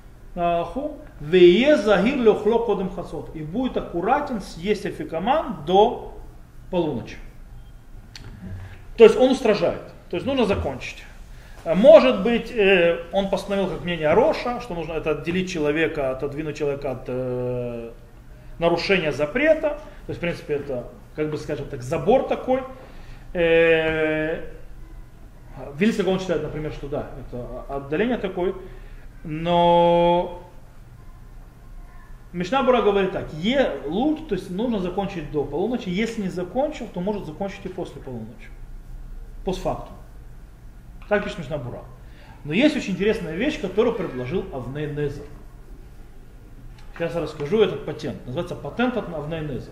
вее загир лехло кодем хацот, и будет аккуратен съесть афикаман до полуночи. То есть он устражает, то есть нужно закончить. Может быть, он постановил как мнение Роша, что нужно это отделить человека, отодвинуть человека от нарушения запрета. То есть, в принципе, это, как бы скажем так, забор такой. Вильский Гаон считает, например, что да, это отдаление такое. Но Мишна Бура говорит так, лучше, то есть нужно закончить до полуночи. Если не закончил, то может закончить и после полуночи. Постфактум. Так пишет Мишна Бура. Но есть очень интересная вещь, которую предложил Авней Незер. Сейчас я расскажу этот патент. Называется патент от Авней Незер.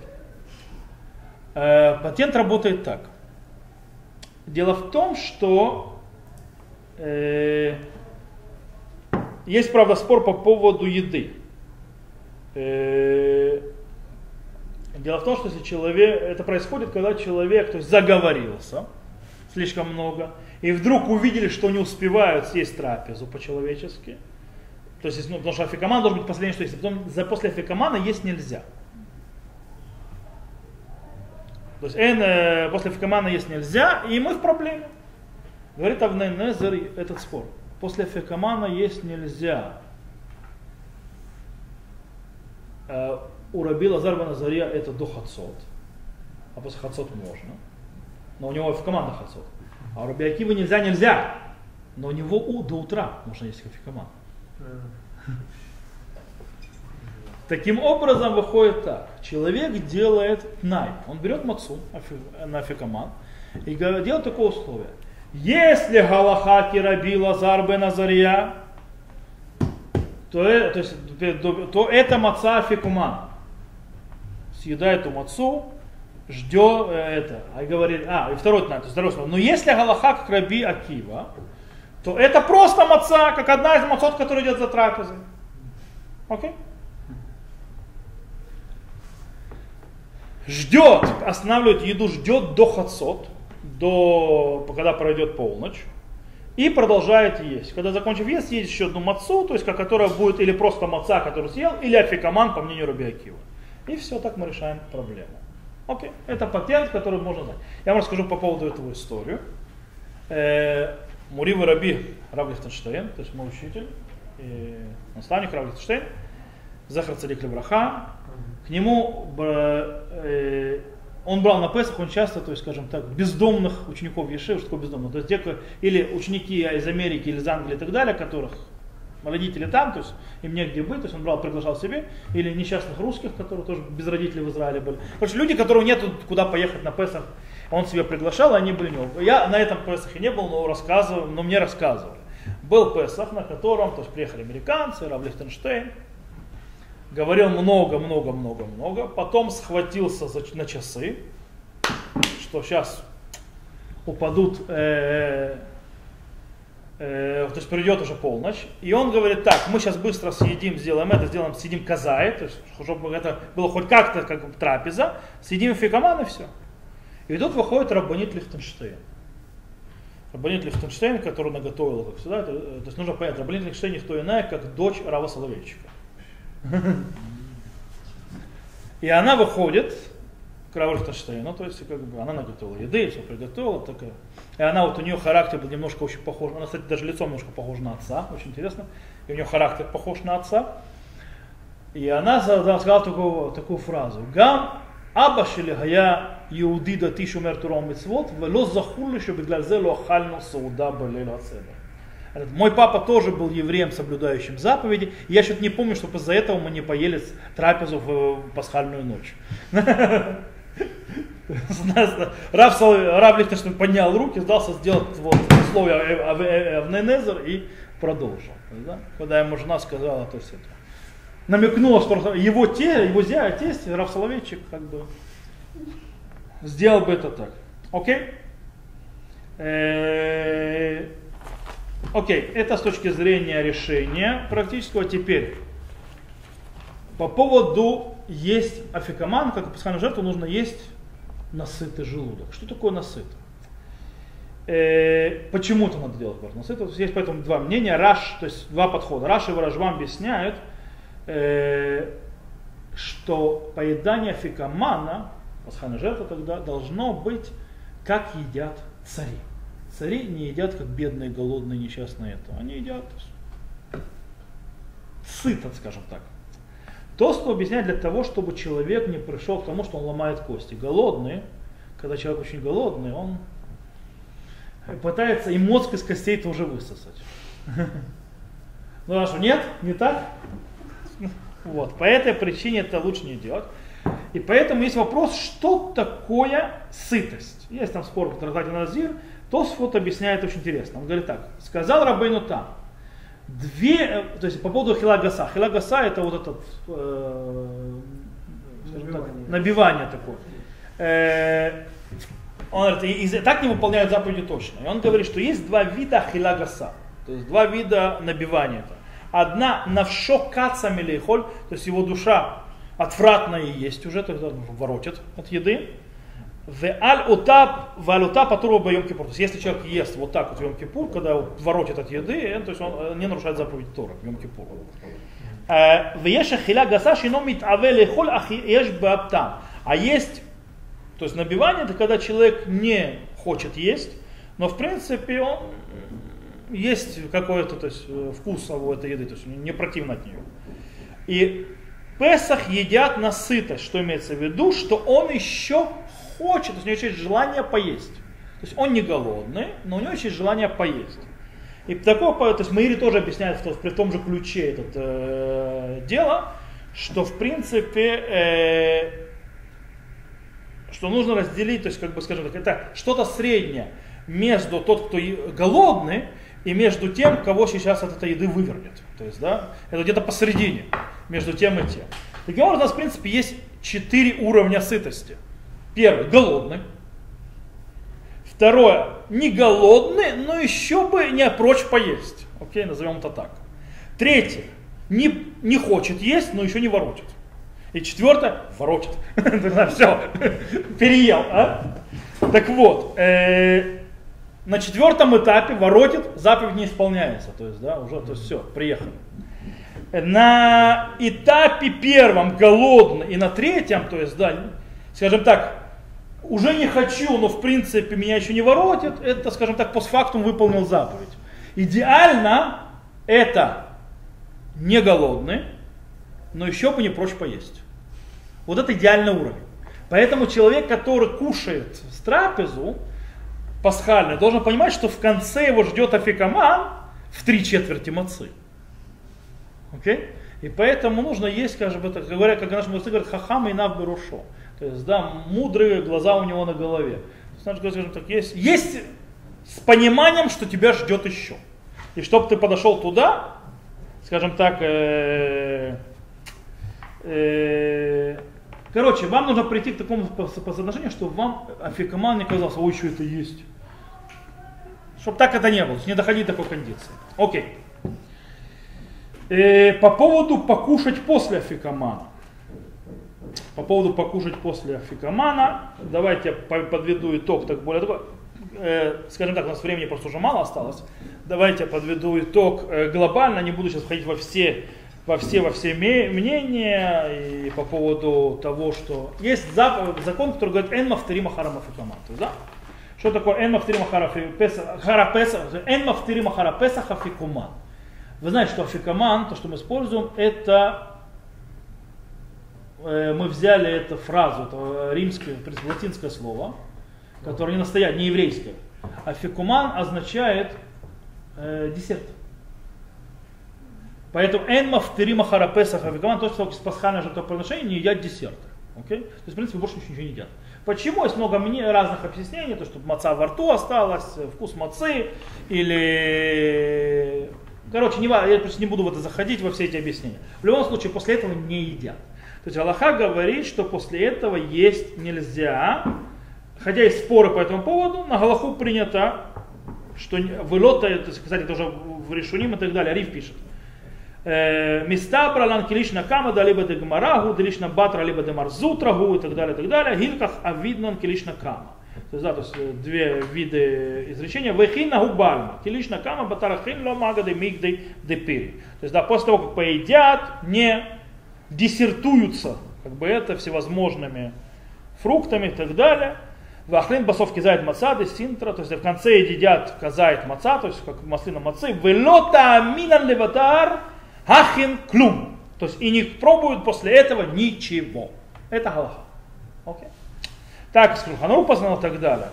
Патент работает так. Дело в том, что есть, правда, спор по поводу еды. Дело в том, что если человек, это происходит, когда человек, то есть заговорился слишком много, и вдруг увидели, что не успевают съесть трапезу по-человечески. То есть, потому что афикаман должен быть последнее, что есть. Потом после афикамана есть нельзя. То есть после афикамана есть нельзя, и мы в проблеме. Говорит Авней Незер этот спор. После афикамана есть нельзя. У Раби Лазар бен Азарья это до хацот, а после хацот можно. Но у него афикаман до хацот. А у Раби Акивы нельзя, но у него до утра можно есть афикаман. Таким образом выходит так. Человек делает тнай. Он берет мацу на афикаман и делает такое условие. Если галаха ки Раби Лазар бен Азарья, то это маца афикаман. Съедает эту мацу, ждет это, и говорит, и второй тнай, то есть второе слово. Но если галаха как Раби Акива, то это просто маца, как одна из мацот, которая идет за трапезой. Окей? Ждет, останавливает еду, ждет до хацот, когда пройдет полночь. и продолжает есть. Когда закончив есть, есть еще одну мацу, то есть, которая будет или просто маца, которую съел, или афикаман, по мнению Раби Акива. И все, так мы решаем проблему. Окей, это патент, который можно знать. Я вам расскажу по поводу этого историю. Мурив Раби Рав Лихтенштейн, то есть мой учитель и наставник Рав Лихтенштейн, Захар Цадик Левраха, к нему он брал на Песах, он часто, то есть, скажем так, бездомных учеников Ешивы, что такое бездомных, то есть или ученики из Америки, или из Англии и так далее, которых родители там, то есть им негде быть, то есть он брал, приглашал себе, или несчастных русских, которые тоже без родителей в Израиле были. Короче, люди, которым нет куда поехать на Песах, он себе приглашал, и они были у него. Я на этом Песахе не был, но мне рассказывали. Был Песах, на котором, то есть приехали американцы, Рав Лихтенштейн, говорил много, потом схватился на часы, что сейчас упадут, то есть придет уже полночь, и он говорит, так, мы сейчас быстро съедим, съедим казай, то есть, чтобы это было хоть как-то как трапеза, съедим фикаман и все. И тут выходит Раббанит Лихтенштейн. Раббанит Лихтенштейн, который наготовила, как всегда, то есть нужно понять, Раббанит Лихтенштейн никто иная, как дочь Рава Соловейчика. И она выходит к Раву Лихтенштейну, то есть как бы она наготовила еды, все приготовила, такая. И она вот у нее характер был немножко очень похож, она, кстати, даже лицом немножко похожа на отца, очень интересно. И у нее характер похож на отца. И она сказала такую фразу: «Гам аба шели гая иуди дати шумер Тора умицвот, вело захур ли, что бегляль зе ло ахальну сауда балель ацеда». Мой папа тоже был евреем, соблюдающим заповеди. И я что-то не помню, что из-за этого мы не поели трапезу в пасхальную ночь. Рав Лихтенштейн поднял руки, сдался сделать условия Авненезер и продолжил. Когда ему жена сказала, то есть это намекнула, что его тесть, Рав Соловейчик, как бы сделал бы это так. Окей? Окей, это с точки зрения решения практического. Теперь, по поводу есть афикаман, как и пасхальную жертву, нужно есть насытый желудок. Что такое насытый? Почему это надо делать насытый? Есть поэтому два мнения, то есть два подхода. Раш и Ражбам объясняют, что поедание афикамана, пасхальной жертвы тогда, должно быть, как едят цари. Цари не едят, как бедные, голодные, несчастные этого. Они едят сыто, скажем так. Тосфот объясняет для того, чтобы человек не пришел к тому, что он ломает кости. Голодный, когда человек очень голодный, он пытается и мозг из костей-то уже высосать. Ну а что, нет? Не так? Вот. По этой причине это лучше не делать. И поэтому есть вопрос, что такое сытость. Есть там спор в трактате Назир. Тосфот объясняет очень интересно. Он говорит так: сказал Рабейну Там, то есть по поводу хилагаса. Хилагаса это вот этот набивание такое. Он говорит, и так не выполняют заповеди точно. И он говорит, что есть два вида хилагаса, то есть два вида набивания. Одна навшо каца мелейхоль, то есть его душа отвратная и есть уже, тогда воротит от еды. Валюта патуру б Йом-Кипур. То есть если человек ест вот так вот в Йом-Кипур, когда воротит от еды, то есть он не нарушает заповедь Тора в Йом-Кипур. А есть, то есть набивание, это когда человек не хочет есть, но в принципе он есть какой-то, то есть, вкус у этой еды, то есть не противно от нее. И Песах едят на сытость, что имеется в виду, что он еще хочет, то есть у него есть желание поесть. То есть он не голодный, но у него есть желание поесть. И такое, то есть Маири тоже объясняет при том же ключе это дело, что в принципе, что нужно разделить, то есть как бы скажем так, это что-то среднее между тот, кто голодный, и между тем, кого сейчас от этой еды вывернет. То есть, да, это где-то посередине, между тем и тем. Таким образом, у нас в принципе есть 4 уровня сытости. Первый, голодный. Второе, не голодный, но еще бы не прочь поесть. Окей, назовем это так. Третье, не хочет есть, но еще не воротит. И четвертое, воротит. Все, переел. Так вот, на 4-м этапе воротит, заповедь не исполняется. То есть, да, уже, то есть все, приехали. На этапе 1 голодный и на 3-м, то есть, да, скажем так, уже не хочу, но в принципе меня еще не воротит, это, скажем так, постфактум выполнил заповедь. Идеально это не голодный, но еще бы не прочь поесть. Вот это идеальный уровень. Поэтому человек, который кушает с трапезу пасхальную, должен понимать, что в конце его ждет афикаман в 3/4 мацы. Okay? И поэтому нужно есть, скажем, это, говоря, как наши мудрецы говорят, хахам и нав берушо. То есть, да, мудрые глаза у него на голове. Значит, скажем так, есть с пониманием, что тебя ждет еще. И чтобы ты подошел туда, скажем так, короче, вам нужно прийти к такому соотношению, чтобы вам афикаман не казался, ой, что это есть. Чтобы так это не было, не доходить до такой кондиции. Окей. По поводу покушать после афикамана. По поводу покушать после афикамана, давайте я подведу итог, так более такой, скажем так, у нас времени просто уже мало осталось. Давайте я подведу итог глобально, не буду сейчас входить во все мнения и по поводу того, что есть закон, который говорит «эн мафтирим ахарам афикаман». То есть, да? Что такое «эн мафтирим ахара песах афикуман»? Вы знаете, что афикаман, то, что мы используем, это мы взяли эту фразу, это римское, латинское слово, которое не настоящее, не еврейское. Афикуман означает десерт. Поэтому эн мафтирим ахара песах афикуман, то, что с пасхального жертвоприношения не едят десерты. Okay? То есть, в принципе, больше ничего не едят. Почему? Есть много разных объяснений, то, что маца во рту осталась, вкус мацы, или... Короче, я просто не буду в это заходить, во все эти объяснения. В любом случае, после этого не едят. То есть Аллаха говорит, что после этого есть нельзя. Хотя есть споры по этому поводу, на Галаху принято, что вылота, кстати, это уже в Решуним и так далее, Ариф пишет. Места пролан килишна камада, либо де гмарагу, делишна батра, либо де марзутрагу и так далее, гилках авиднан килишна кама. То есть, да, то есть две виды изречения. Вехина губальма, килишна кама, батарахин ломага де мигды де пири. То есть, да, после того, как поедят, не десертуются, как бы это, всевозможными фруктами и так далее. Вахлин басов кизает маца, де синтра, то есть в конце едят казает маца, то есть как маслина мацы. Велота аминан леватар хахин клум. То есть и не пробуют после этого ничего. Это галаха. Okay. Так, Шулхан-Арух познал и так далее.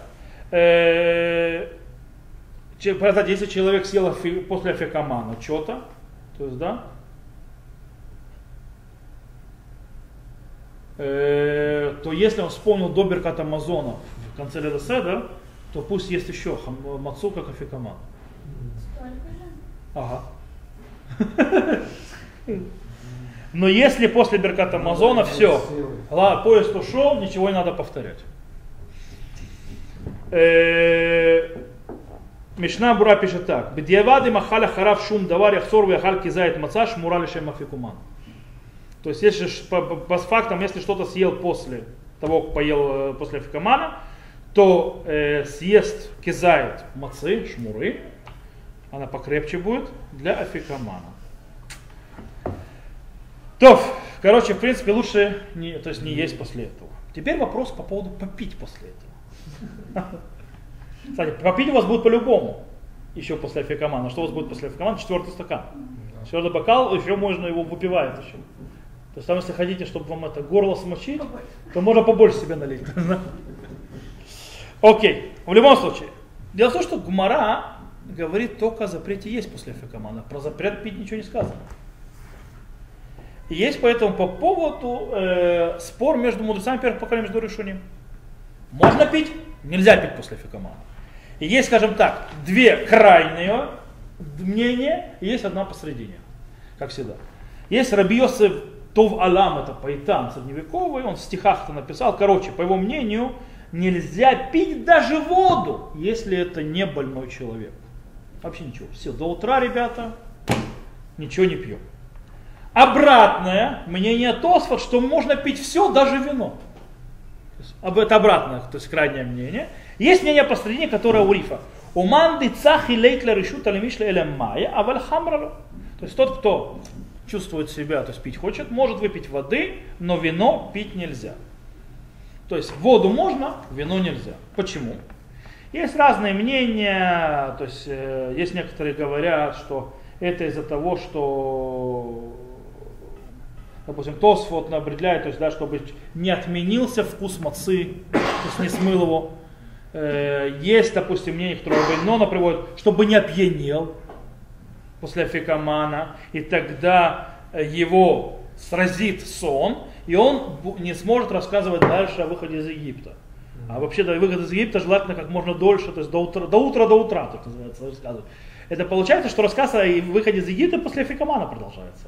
Если человек съел после афикамана что-то, то есть, да, то если он вспомнил до Беркат Амазона в конце Лейла Седер, то пусть ест еще мацу, как афикаман. Ага. Но если после Беркат Амазона все, поезд ушел, ничего не надо повторять. Мишна Бура пишет так: «Бедиавады махаля харав шум давар яхсор вяхаль кизает маца шмура лишем афикуман». То есть, если по фактам, если что-то съел после того, как поел после афикамана, то съест кизает мацы, шмуры, она покрепче будет для афикамана. То, короче, в принципе, лучше не есть после этого. Теперь вопрос по поводу попить после этого. Кстати, попить у вас будет по-любому, еще после афикамана. Что у вас будет после афикамана? 4-й стакан. 4-й бокал, еще можно его выпивать еще. То есть там, если хотите, чтобы вам это горло смочить, то можно побольше себе налить. Окей, в любом случае. Дело в том, что Гмара говорит только о запрете есть после афикамана. Про запрет пить ничего не сказано. И есть поэтому по поводу спор между мудрецами первых поколений, между Решуним. Можно пить, нельзя пить после афикамана. И есть, скажем так, две крайние мнения, и есть одна посредине, как всегда. Есть Раби Йосеф Тов Алам, это поэтан средневековый, он в стихах это написал. Короче, по его мнению, нельзя пить даже воду, если это не больной человек. Вообще ничего. Все, до утра, ребята, ничего не пьем. Обратное мнение Тосфот, что можно пить все, даже вино. Это обратное, то есть крайнее мнение. Есть мнение посредине, которое у Рифа. Уманды цахи лейтля решута лемишля элемая, а вальхамрало. То есть тот, кто чувствует себя, то есть пить хочет, может выпить воды, но вино пить нельзя. То есть воду можно, вино нельзя. Почему? Есть разные мнения, то есть есть некоторые говорят, что это из-за того, что, допустим, Тосфот определяет, то есть, да, чтобы не отменился вкус мацы, то есть не смыл его. Есть, допустим, мнение, которое вино приводит, чтобы не опьянел после афикамана, и тогда его сразит сон, и он не сможет рассказывать дальше о выходе из Египта. А вообще до выхода из Египта желательно как можно дольше, то есть до утра, так называется, рассказывать. Это получается, что рассказ о выходе из Египта после афикамана продолжается.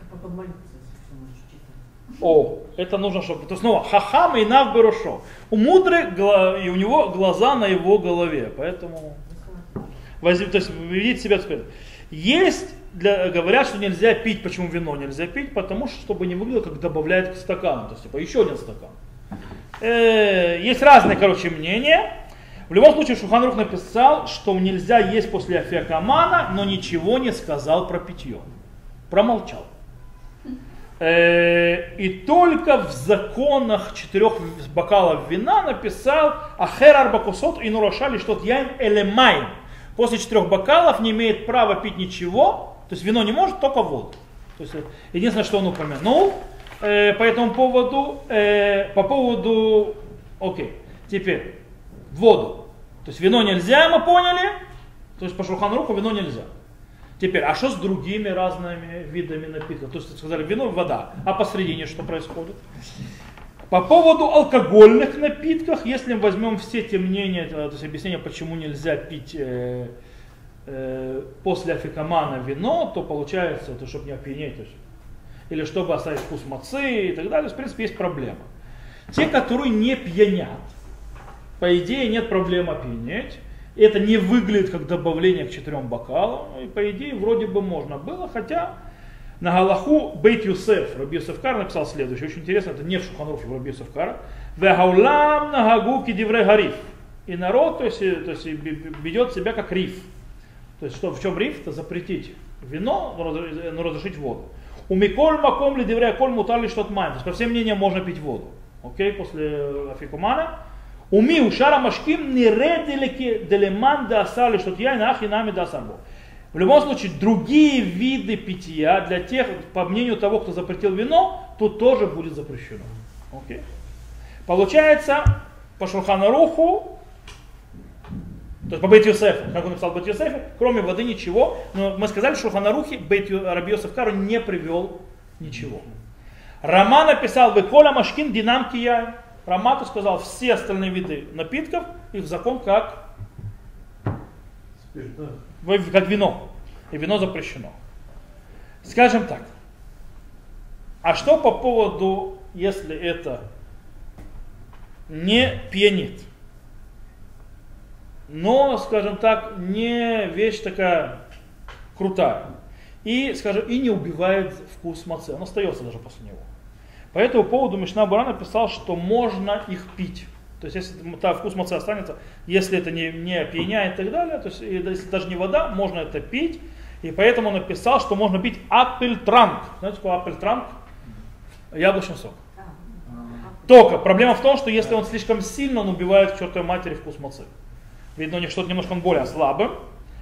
О, это нужно, чтобы... То снова, хахам и нав берушо. У мудрый, и у него глаза на его голове. Поэтому, то есть, видите себя теперь. Есть, говорят, что нельзя пить. Почему вино нельзя пить? Потому что, чтобы не выглядело, как добавляет к стакану. То есть, типа, еще один стакан. Есть разные, мнения. В любом случае, Шулхан Арух написал, что нельзя есть после афиакамана, но ничего не сказал про питье. Промолчал. И только в законах 4 бокалов вина написал Ахер арбакусот и нурашали что-то яин элемайн. После 4 бокалов не имеет права пить ничего, то есть вино не может, только воду. То есть единственное, что он упомянул по этому поводу, окей, теперь воду. То есть вино нельзя, мы поняли, то есть по Шулхан Аруху вино нельзя. Теперь, а что с другими разными видами напитков? То есть сказали вино и вода, а посредине что происходит? По поводу алкогольных напитков, если мы возьмем все те мнения, то есть объяснение, почему нельзя пить после афикамана вино, то получается, то, чтобы не опьянеть, то есть, или чтобы оставить вкус мацы и так далее, в принципе, есть проблема. Те, которые не пьянят, по идее нет проблем опьянеть. Это не выглядит как добавление к 4 бокалам, и по идее вроде бы можно было, хотя на Галаху Бейт Юсеф, Раби Йосеф Кар написал следующее, очень интересно, это не в Шулхан Арухе, в Раби Йосеф Кара. Вегаулам нагагу кидиврей гариф. И народ, то есть ведет себя как риф. То есть что, в чем риф? Это запретить вино, но разрешить воду. У Миколь Маком ли диврей коль мутали что-то майн. То есть по всем мнениям можно пить воду. Окей, после афикумана. Уми ушара машким не ределики делеман да асали что-то я нахи нами да асарбо. В любом случае, другие виды питья для тех, по мнению того, кто запретил вино, тут тоже будет запрещено. Okay. Получается, по Шулхан Аруху, то есть по Бейт Йосефу, как он написал Бейт Йосефу, кроме воды ничего, но мы сказали, что Шулхан Арухи Раби Йосеф Кару не привел ничего. Рама написал «Веколя машкин динам кияй». Рамату сказал, все остальные виды напитков, их закон как вино. И вино запрещено. Скажем так. А что по поводу, если это не пьянит, но, скажем так, не вещь такая крутая, и, скажем, и не убивает вкус мацы, он остается даже после него. По этому поводу Мишна Бура написал, что можно их пить. То есть, если вкус мацы останется, если это не опьяняет и так далее, то есть, если даже не вода, можно это пить. И поэтому он написал, что можно пить апельтранк. Знаете, какой апельтранк? Яблочный сок. Только проблема в том, что если он слишком сильно, он убивает к чертовой матери вкус мацы. Видно, у них что-то немножко он более слабым.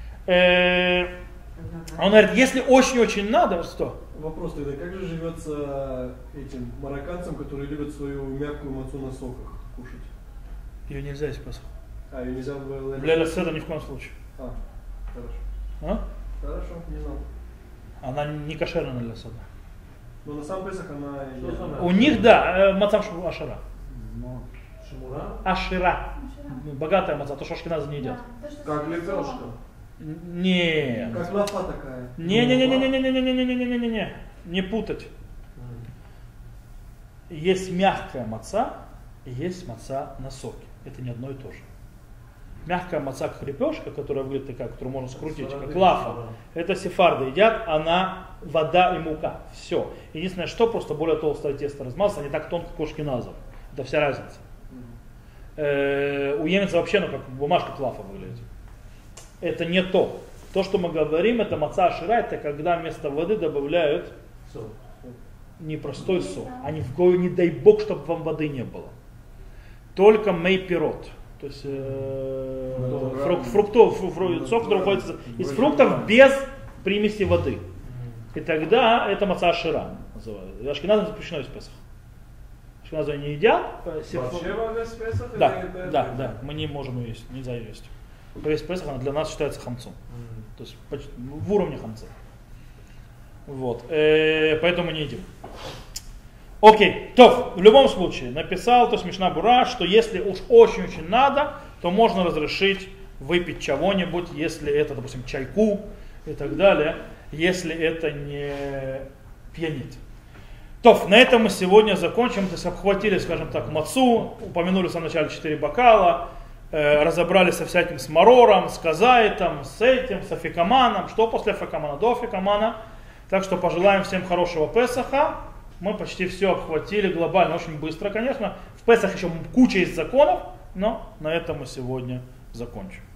Он говорит, если очень-очень надо, что? Вопрос тогда, как же живется этим марокканцам, которые любят свою мягкую мацу на соках кушать? Ее нельзя есть посох. Ее нельзя в Для седа ни в коем случае. Хорошо. А? Хорошо, не знал. Она не кошерна для седа. Но на сам Песах она... У них, да, мацам ашера. Шамура? Ашера. Богатая маца, то что ашкеназы не едят. Как лепешка? Нет. Как лафа такая. Не путать. Есть мягкая маца и есть маца на соке. Это не одно и то же. Мягкая маца, как лепешка, которая выглядит такая, которую можно скрутить, как лафа. Это сефарды едят, она вода и мука. Все. Единственное, что просто более толстое тесто размазано, не так тонко, как у ашкеназов. Это вся разница. У йеменцев вообще, как бумажка клафа выглядит. это не то. То, что мы говорим, это маца ашира, это когда вместо воды добавляют не простой сок. Они в кое, не дай бог, чтобы вам воды не было. Только мейпирот. То есть сок, который уходит из фруктов без примеси воды. И тогда это маца ашира называют. Ашкеназам запрещено из Песах. Ашкеназы не едят. Вообще вода с Песах? Да, мы не можем ее есть, нельзя ее есть. Весь Песах она для нас считается хамцом. То есть в уровне хамца. Вот. Поэтому не едим. Окей, то в любом случае написал, то есть Мишна Бура, что если уж очень-очень надо, то можно разрешить выпить чего-нибудь, если это, допустим, чайку и так далее, если это не пьянит. То, на этом мы сегодня закончим, то есть обхватили, скажем так, мацу, упомянули в самом начале 4 бокала, разобрались со всяким с марором, с казаитом, с этим, с афикаманом, что после афикамана, до афикамана. Так что пожелаем всем хорошего Песаха. Мы почти все обхватили глобально, очень быстро, конечно. В Песах еще куча есть законов, но на этом мы сегодня закончим.